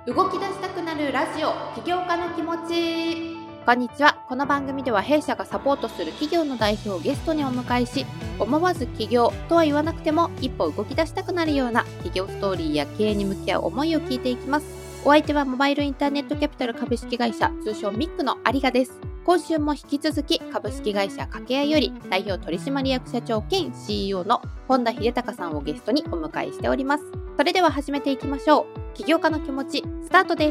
動き出したくなるラジオ、起業家の気持ち。こんにちは。この番組では弊社がサポートする企業の代表をゲストにお迎えし、思わず起業とは言わなくても一歩動き出したくなるような企業ストーリーや経営に向き合う思いを聞いていきます。お相手はモバイルインターネットキャピタル株式会社、通称ミックの有賀です。今週も引き続き株式会社掛け合いより代表取締役社長兼 CEO の本田秀孝さんをゲストにお迎えしております。それでは始めていきましょう。起業家の気持ち、スタートです。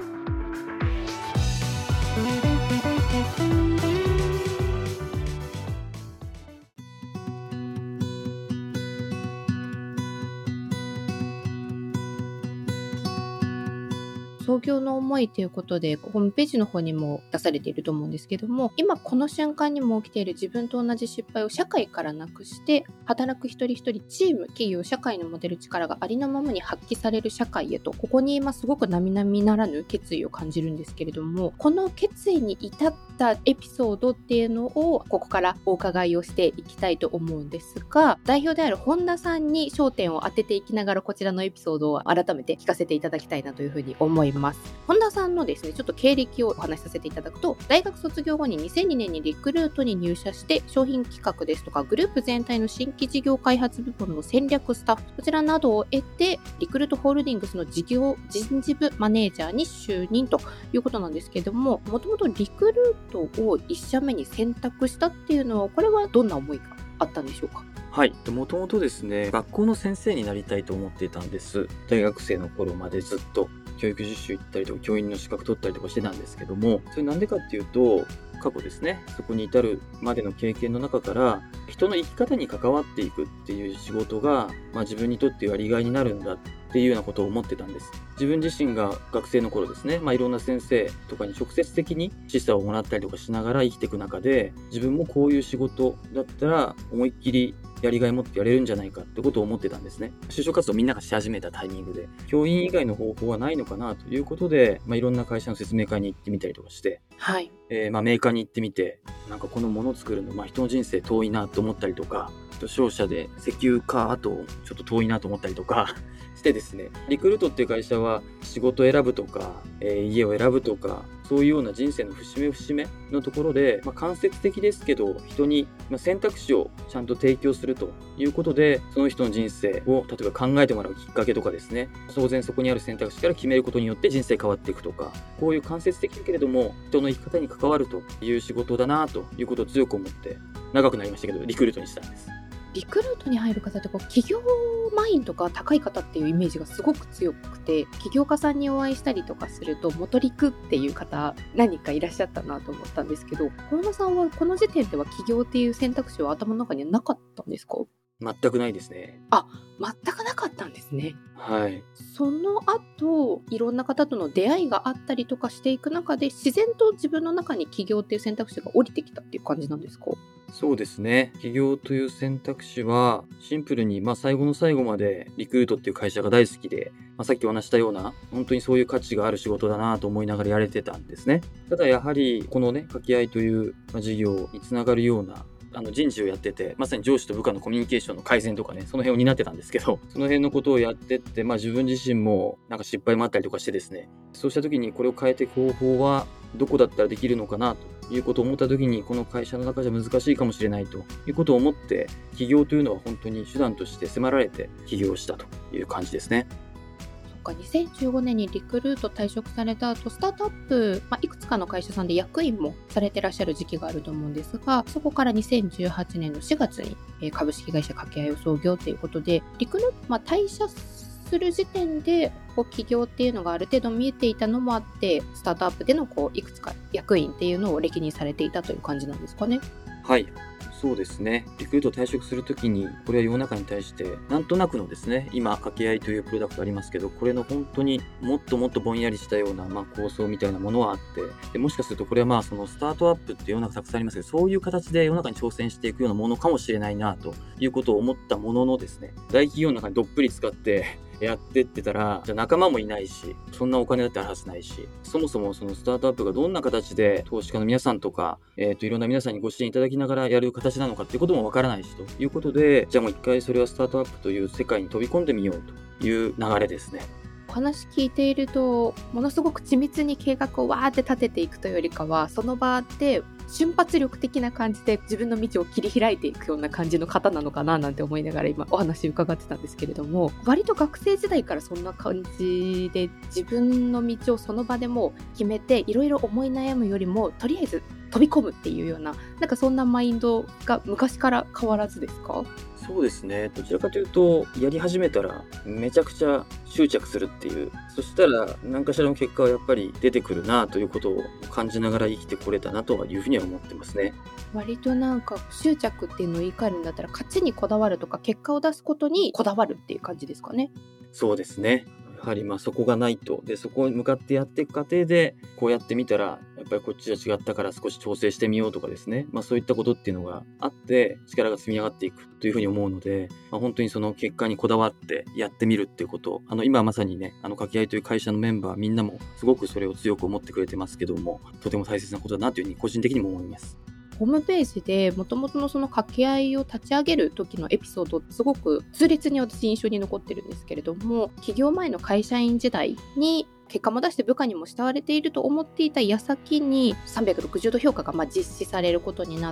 創業の思いということでホームページの方にも出されていると思うんですけども、今この瞬間にも起きている自分と同じ失敗を社会からなくして、働く一人一人、チーム、企業、社会の持てる力がありのままに発揮される社会へと、ここに今すごく並々ならぬ決意を感じるんですけれども、この決意に至ったエピソードっていうのをここからお伺いをしていきたいと思うんですが、代表である本田さんに焦点を当てていきながら、こちらのエピソードを改めて聞かせていただきたいなというふうに思います。本田さんのですね、ちょっと経歴をお話しさせていただくと、大学卒業後に2002年にリクルートに入社して、商品企画ですとかグループ全体の新規事業開発部門の戦略スタッフ、こちらなどを得て、リクルートホールディングスの事業人事部マネージャーに就任ということなんですけども、もともとリクルートを1社目に選択したっていうのは、これはどんな思いがあったんでしょうか？ はい。もともとですね、学校の先生になりたいと思っていたんです。大学生の頃までずっと教育実習行ったりとか、教員の資格取ったりとかしてたんですけども、それなんでかっていうと、過去ですね、そこに至るまでの経験の中から、人の生き方に関わっていくっていう仕事が、自分にとってやりがいになるんだっていうようなことを思ってたんです。自分自身が学生の頃ですね、いろんな先生とかに直接的に示唆をもらったりとかしながら生きていく中で、自分もこういう仕事だったら思いっきりやりがい持ってやれるんじゃないかってことを思ってたんですね。就職活動みんながし始めたタイミングで、教員以外の方法はないのかなということで、いろんな会社の説明会に行ってみたりとかして、 はい。 メーカーに行ってみて、なんかこのものを作るの、人の人生遠いなと思ったりとか、商社で石油か、あとちょっと遠いなと思ったりとかしてですね、リクルートっていう会社は仕事を選ぶとか、家を選ぶとか、そういうような人生の節目節目のところで、間接的ですけど、人に選択肢をちゃんと提供するということで、その人の人生を例えば考えてもらうきっかけとかですね、当然そこにある選択肢から決めることによって人生変わっていくとか、こういう間接的だけれども、人の生き方に関わるという仕事だなということを強く思って、長くなりましたけど、リクルートにしたんです。 リクルートに入る方って企業マインドが高い方っていうイメージがすごく強くて、起業家さんにお会いしたりとかすると元リクっていう方何人かいらっしゃったなと思ったんですけど、本田さんはこの時点では起業っていう選択肢は頭の中にはなかったんですか？ 全くないですね。 全くなかったんですね。 はい。 その後いろんな方との出会いがあったりとかしていく中で、自然と自分の中に起業っていう選択肢が降りてきたっていう感じなんですか？ そうですね。起業という選択肢は、シンプルに、最後の最後までリクルートっていう会社が大好きで、さっきお話したような、本当にそういう価値がある仕事だなと思いながらやれてたんですね。ただやはり、このね、掛け合いという、事業につながるような、人事をやってて、まさに上司と部下のコミュニケーションの改善とかね、その辺を担ってたんですけど、その辺のことをやってって、自分自身もなんか失敗もあったりとかしてですね、そうした時にこれを変えていく方法はどこだったらできるのかなということを思った時に、この会社の中じゃ難しいかもしれないということを思って、起業というのは本当に手段として迫られて起業したという感じですね。 2015年にリクルート退職された後、スタートアップ、いくつかの会社さんで役員もされてらっしゃる時期があると思うんですが、そこから2018年の4月に株式会社掛け合いを創業ということで、リクルート、退社する時点で起業っていうのがある程度見えていたのもあって、スタートアップでのいくつか役員っていうのを歴任されていたという感じなんですかね？ はい。そうですね。リクルート退職するときに、これは世の中に対して、なんとなくのですね、今、掛け合いというプロダクトありますけど、これの本当にもっともっとぼんやりしたような、構想みたいなものはあって、でもしかするとこれはそのスタートアップって世の中たくさんありますけど、そういう形で世の中に挑戦していくようなものかもしれないな、ということを思ったもののですね、大企業の中にどっぷり使って、やってってたら、じゃあ仲間もいないし、そんなお金だってあるはずないし、そもそもそのスタートアップがどんな形で投資家の皆さんとか、いろんな皆さんにご支援いただきながらやる形なのかっていうこともわからないしということで、じゃあもう一回それはスタートアップという世界に飛び込んでみようという流れですね。 お話聞いていると、ものすごく緻密に計画をわーって立てていくというよりかは、その場で瞬発力的な感じで自分の道を切り開いていくような感じの方なのかななんて思いながら今お話伺ってたんですけれども、割と学生時代からそんな感じで自分の道をその場でもう決めて、いろいろ思い悩むよりもとりあえず飛び込むっていうような、なんかそんなマインドが昔から変わらずですか？ そうですね。どちらかというと、やり始めたらめちゃくちゃ執着するっていう。そしたら何かしらの結果はやっぱり出てくるなということを感じながら生きてこれたなというふうには思ってますね。 割となんか執着っていうのを言い換えるんだったら、勝ちにこだわるとか結果を出すことにこだわるっていう感じですかね。 そうですね。やはりそこがないと。で、そこに向かってやっていく過程で、こうやってみたら、やっぱりこっちは違ったから少し調整してみようとかですね。そういったことっていうのがあって、力が積み上がっていくというふうに思うので、本当にその結果にこだわってやってみるっていうこと。今まさにね、掛け合いという会社のメンバーみんなもすごくそれを強く思ってくれてますけども、とても大切なことだなというふうに個人的にも思います。 ホームページで元々のその掛け合いを立ち上げる時のエピソード、すごく痛烈に私印象に残ってるんですけれども、起業前の会社員時代に結果も出して部下にも慕われていると思っていた矢先に360度評価が実施されることになって、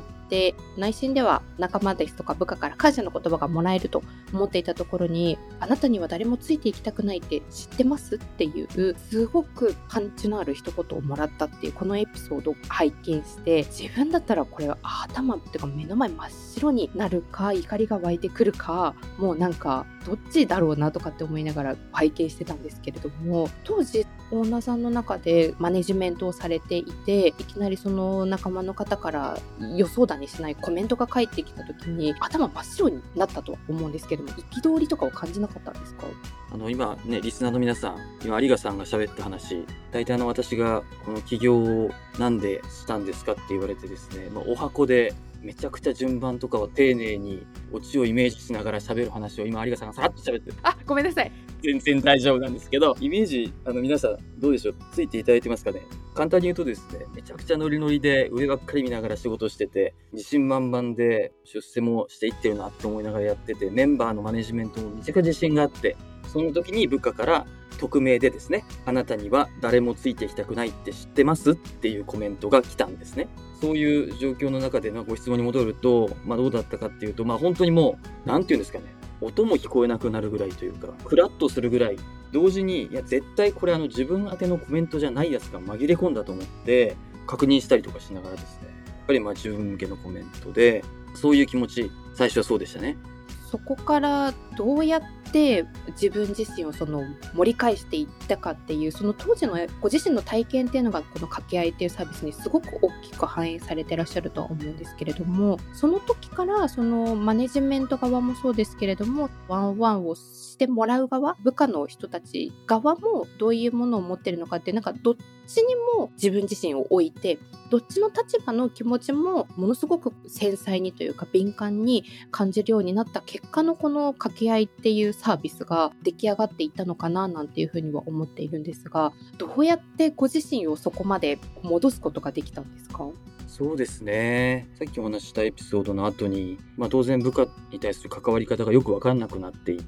内心では仲間ですとか部下から感謝の言葉がもらえると思っていたところに、あなたには誰もついていきたくないって知ってますっていうすごくパンチのある一言をもらったっていうこのエピソードを拝見して、自分だったらこれは頭っていうか目の前真っ白になるか、怒りが湧いてくるか、もうなんかどっちだろうなとかって思いながら拝見してたんですけれども、当時オーナーさんの中でマネジメントをされていて、いきなりその仲間の方から予想だにしないコメントが返ってきた時に頭真っ白になったとは思うんですけども、憤りとかを感じなかったんですか？ 今ね、リスナーの皆さん、今有賀さんが喋った話、大体私がこの起業をなんでしたんですかって言われてですね、お箱でめちゃくちゃ順番とかを丁寧にオチをイメージしながら喋る話を今有賀さんがさらっと喋ってる。 ごめんなさい。 全然大丈夫なんですけど、イメージ皆さんどうでしょう、ついていただいてますかね。簡単に言うとですね、めちゃくちゃノリノリで上ばっかり見ながら仕事してて、自信満々で出世もしていってるなって思いながらやってて、メンバーのマネジメントもめちゃくちゃ自信があって、その時に部下から匿名でですね、あなたには誰もついてきたくないって知ってますっていうコメントが来たんですね。そういう状況の中でのご質問に戻ると、どうだったかっていうと、本当にもう、なんていうんですかね、音も聞こえなくなるぐらいというか、クラッとするぐらい、同時に、いや、絶対これ自分宛てのコメントじゃないやつが紛れ込んだと思って、確認したりとかしながらですね、やっぱり自分向けのコメントで、そういう気持ち、最初はそうでしたね。 そこからどうやって自分自身を盛り返していったかっていう、その当時のご自身の体験っていうのがこの掛け合いっていうサービスにすごく大きく反映されてらっしゃるとは思うんですけれども、その時からそのマネジメント側もそうですけれども、ワンワンをしてもらう側、部下の人たち側もどういうものを持ってるのかって、なんかどっちにも自分自身を置いて、どっちの立場の気持ちもものすごく繊細にというか敏感に感じるようになった結果のこの掛け合いっていうサービスが出来上がっていったのかななんていうふうには思っているんですが、どうやってご自身をそこまで戻すことができたんですか？ そうですね。さっきお話ししたエピソードの後に、当然部下に対する関わり方がよく分からなくなっていって、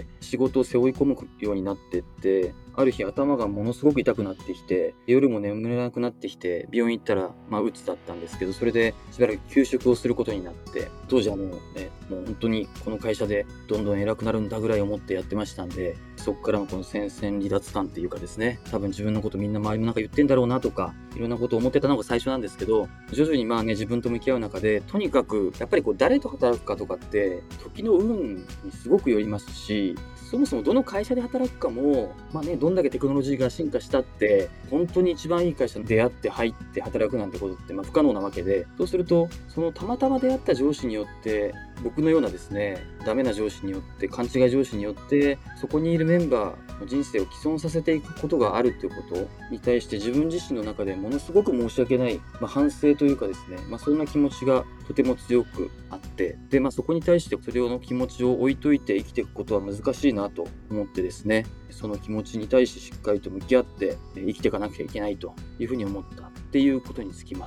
仕事を背負い込むようになっていって、ある日頭がものすごく痛くなってきて、夜も眠れなくなってきて、病院行ったら、うつだったんですけど、それでしばらく休職をすることになって、当時はもう本当にこの会社でどんどん偉くなるんだぐらい思ってやってましたんで、そこからのこの戦線離脱感っていうかですね、多分自分のことみんな周りも言ってんだろうなとか、いろんなことを思ってたのが最初なんですけど、徐々に自分と向き合う中で、とにかくやっぱり誰と働くかとかって時の運にすごくよりますし、そもそもどの会社で働くかも、どんだけテクノロジーが進化したって、本当に一番いい会社に出会って入って働くなんてことって不可能なわけで、そうすると、そのたまたま出会った上司によって、僕のようなですね、ダメな上司によって、勘違い上司によって、そこにいるメンバーの人生を既存させていくことがあるということに対して、自分自身の中でものすごく申し訳ない、反省というかですね、そんな気持ちがとても強くあって、で、そこに対してそれの気持ちを置いといて生きていくことは難しいなと思ってですね、その気持ちに対してしっかりと向き合って生きていかなきゃいけないというふうに思ったっていうことにつきます。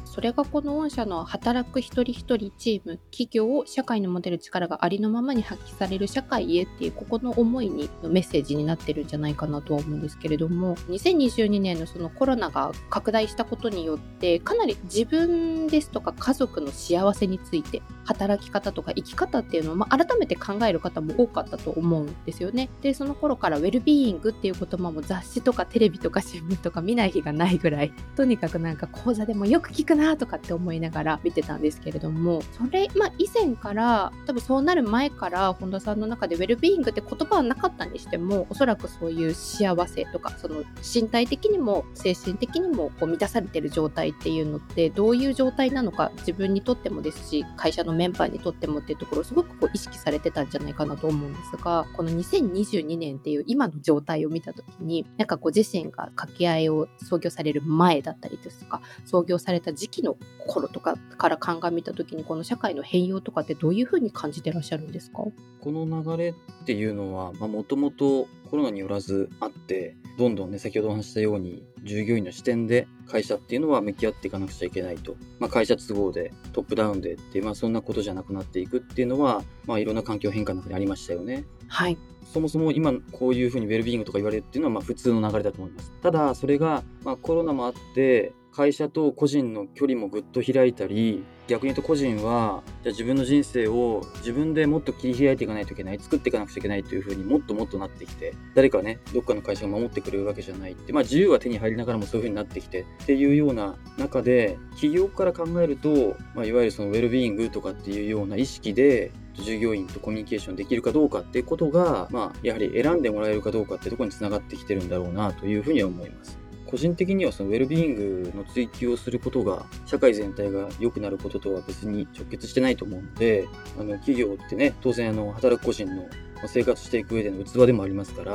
それがこの御社の働く一人一人チーム、企業を社会に持てる力がありのままに発揮される社会へっていうここの思いにメッセージになってるんじゃないかなとは思うんですけれども、2022年のそのコロナが拡大したことによってかなり自分ですとか家族の幸せについて、働き方とか生き方っていうのを改めて考える方も多かったと思うんですよね。でその頃からウェルビーイングっていう言葉も雑誌とかテレビとか新聞とか見ない日がないぐらい、とにかくなんか講座でもよく聞くなとかって思いながら見てたんですけれども、それ以前から多分そうなる前から本田さんの中でウェルビーイングって言葉はなかったにしても、おそらくそういう幸せとかその身体的にも精神的にも満たされている状態っていうのってどういう状態なのか、自分にとってもですし会社のメンバーにとってもっていうところをすごく意識されてたんじゃないかなと思うんですが、この2022年っていう今の状態を見た時になんかご自身が掛け合いを創業される前だったりですとか、創業された時期の頃とかから鑑みた時にこの社会の変容とかってどういうふうに感じてらっしゃるんですか？ この流れっていうのはもともとコロナによらずあって、どんどんね、先ほどお話したように従業員の視点で会社っていうのは向き合っていかなくちゃいけないと、会社都合でトップダウンでっていう、そんなことじゃなくなっていくっていうのは、いろんな環境変化の中にありましたよね。 はい。 そもそも今こういうふうにウェルビーイングとか言われるっていうのは普通の流れだと思います。ただそれがコロナもあって会社と個人の距離もぐっと開いたり、逆に言うと個人はじゃあ自分の人生を自分でもっと切り開いていかないといけない、作っていかなくちゃいけないというふうにもっともっとなってきて、誰かねどっかの会社が守ってくれるわけじゃないって、自由は手に入りながらもそういうふうになってきてっていうような中で、企業から考えると、いわゆるそのウェルビーイングとかっていうような意識で従業員とコミュニケーションできるかどうかっていうことが、やはり選んでもらえるかどうかっていうところにつながってきてるんだろうなというふうには思います。個人的にはそのウェルビーイングの追求をすることが社会全体が良くなることとは別に直結してないと思うので、企業ってね、当然働く個人の生活していく上での器でもありますから、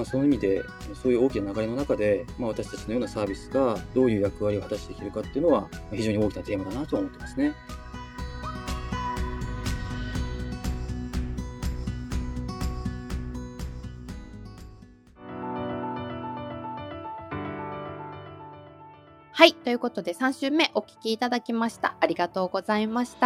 そういう意味でそういう大きな流れの中で、私たちのようなサービスがどういう役割を果たしていけるかっていうのは非常に大きなテーマだなと思ってますね。 はい。ということで3週目お聞きいただきました。ありがとうございました。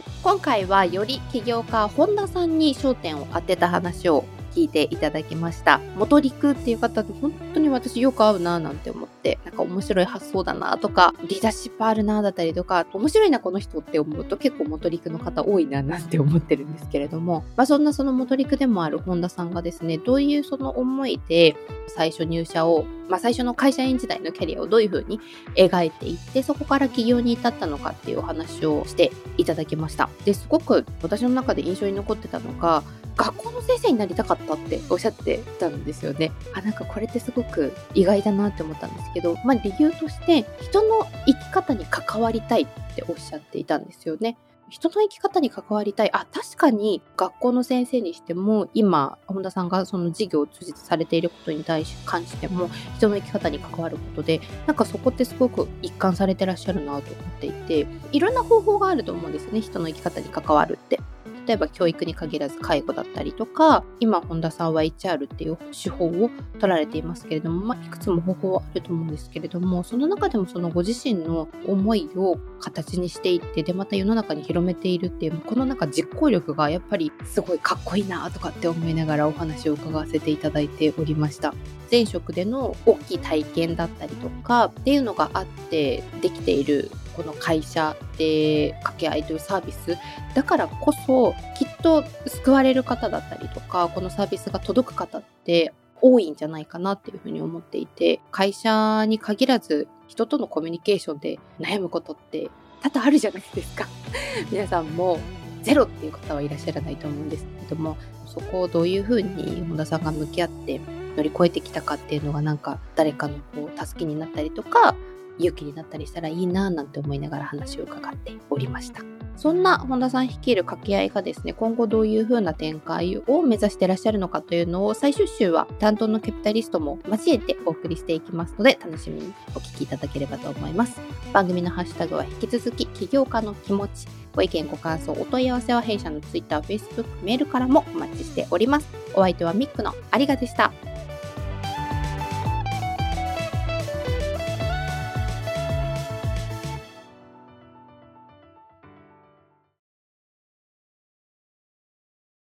今回はより起業家本田さんに焦点を当てた話を聞いていただきました。元陸っていう方で本当に私よく合うななんて思って、なんか面白い発想だなとか、リーダーシップあるなだったりとか、面白いなこの人って思うと結構元陸の方多いななんて思ってるんですけれども、そんなその元陸でもある本田さんがですね、どういうその思いで最初入社を、最初の会社員時代のキャリアをどういう風に描いていって、そこから起業に至ったのかっていうお話をしていただきました。ですごく私の中で印象に残ってたのが、学校の先生になりたかったっておっしゃってたんですよね。なんかこれってすごく意外だなって思ったんですけど、理由として人の生き方に関わりたいっておっしゃっていたんですよね。人の生き方に関わりたい。確かに学校の先生にしても、今本田さんがその事業を通じてされていることに関しても人の生き方に関わることで、なんかそこってすごく一貫されてらっしゃるなと思っていて、いろんな方法があると思うんですよね、人の生き方に関わるって。例えば教育に限らず介護だったりとか、今本田さんは HR っていう手法を取られていますけれども、いくつも方法はあると思うんですけれども、その中でもそのご自身の思いを形にしていって、でまた世の中に広めているっていう、この実行力がやっぱりすごいかっこいいなとかって思いながらお話を伺わせていただいておりました。前職での大きい体験だったりとかっていうのがあってできているこの会社で掛け合いというサービスだからこそ、きっと救われる方だったりとか、このサービスが届く方って多いんじゃないかなっていうふうに思っていて、会社に限らず人とのコミュニケーションで悩むことって多々あるじゃないですか。皆さんもゼロっていう方はいらっしゃらないと思うんですけれども、そこをどういうふうに本田さんが向き合って乗り越えてきたかっていうのが、なんか誰かの助けになったりとか勇気になったりしたらいいななんて思いながら話を伺っておりました。そんな本田さん率いる掛け合いがですね、今後どういう風な展開を目指していらっしゃるのかというのを、最終週は担当のキャピタリストも交えてお送りしていきますので、楽しみにお聞きいただければと思います。番組のハッシュタグは引き続き起業家の気持ち、ご意見ご感想お問い合わせは弊社の Twitter、Facebook、メールからもお待ちしております。お相手はミックの有賀でした。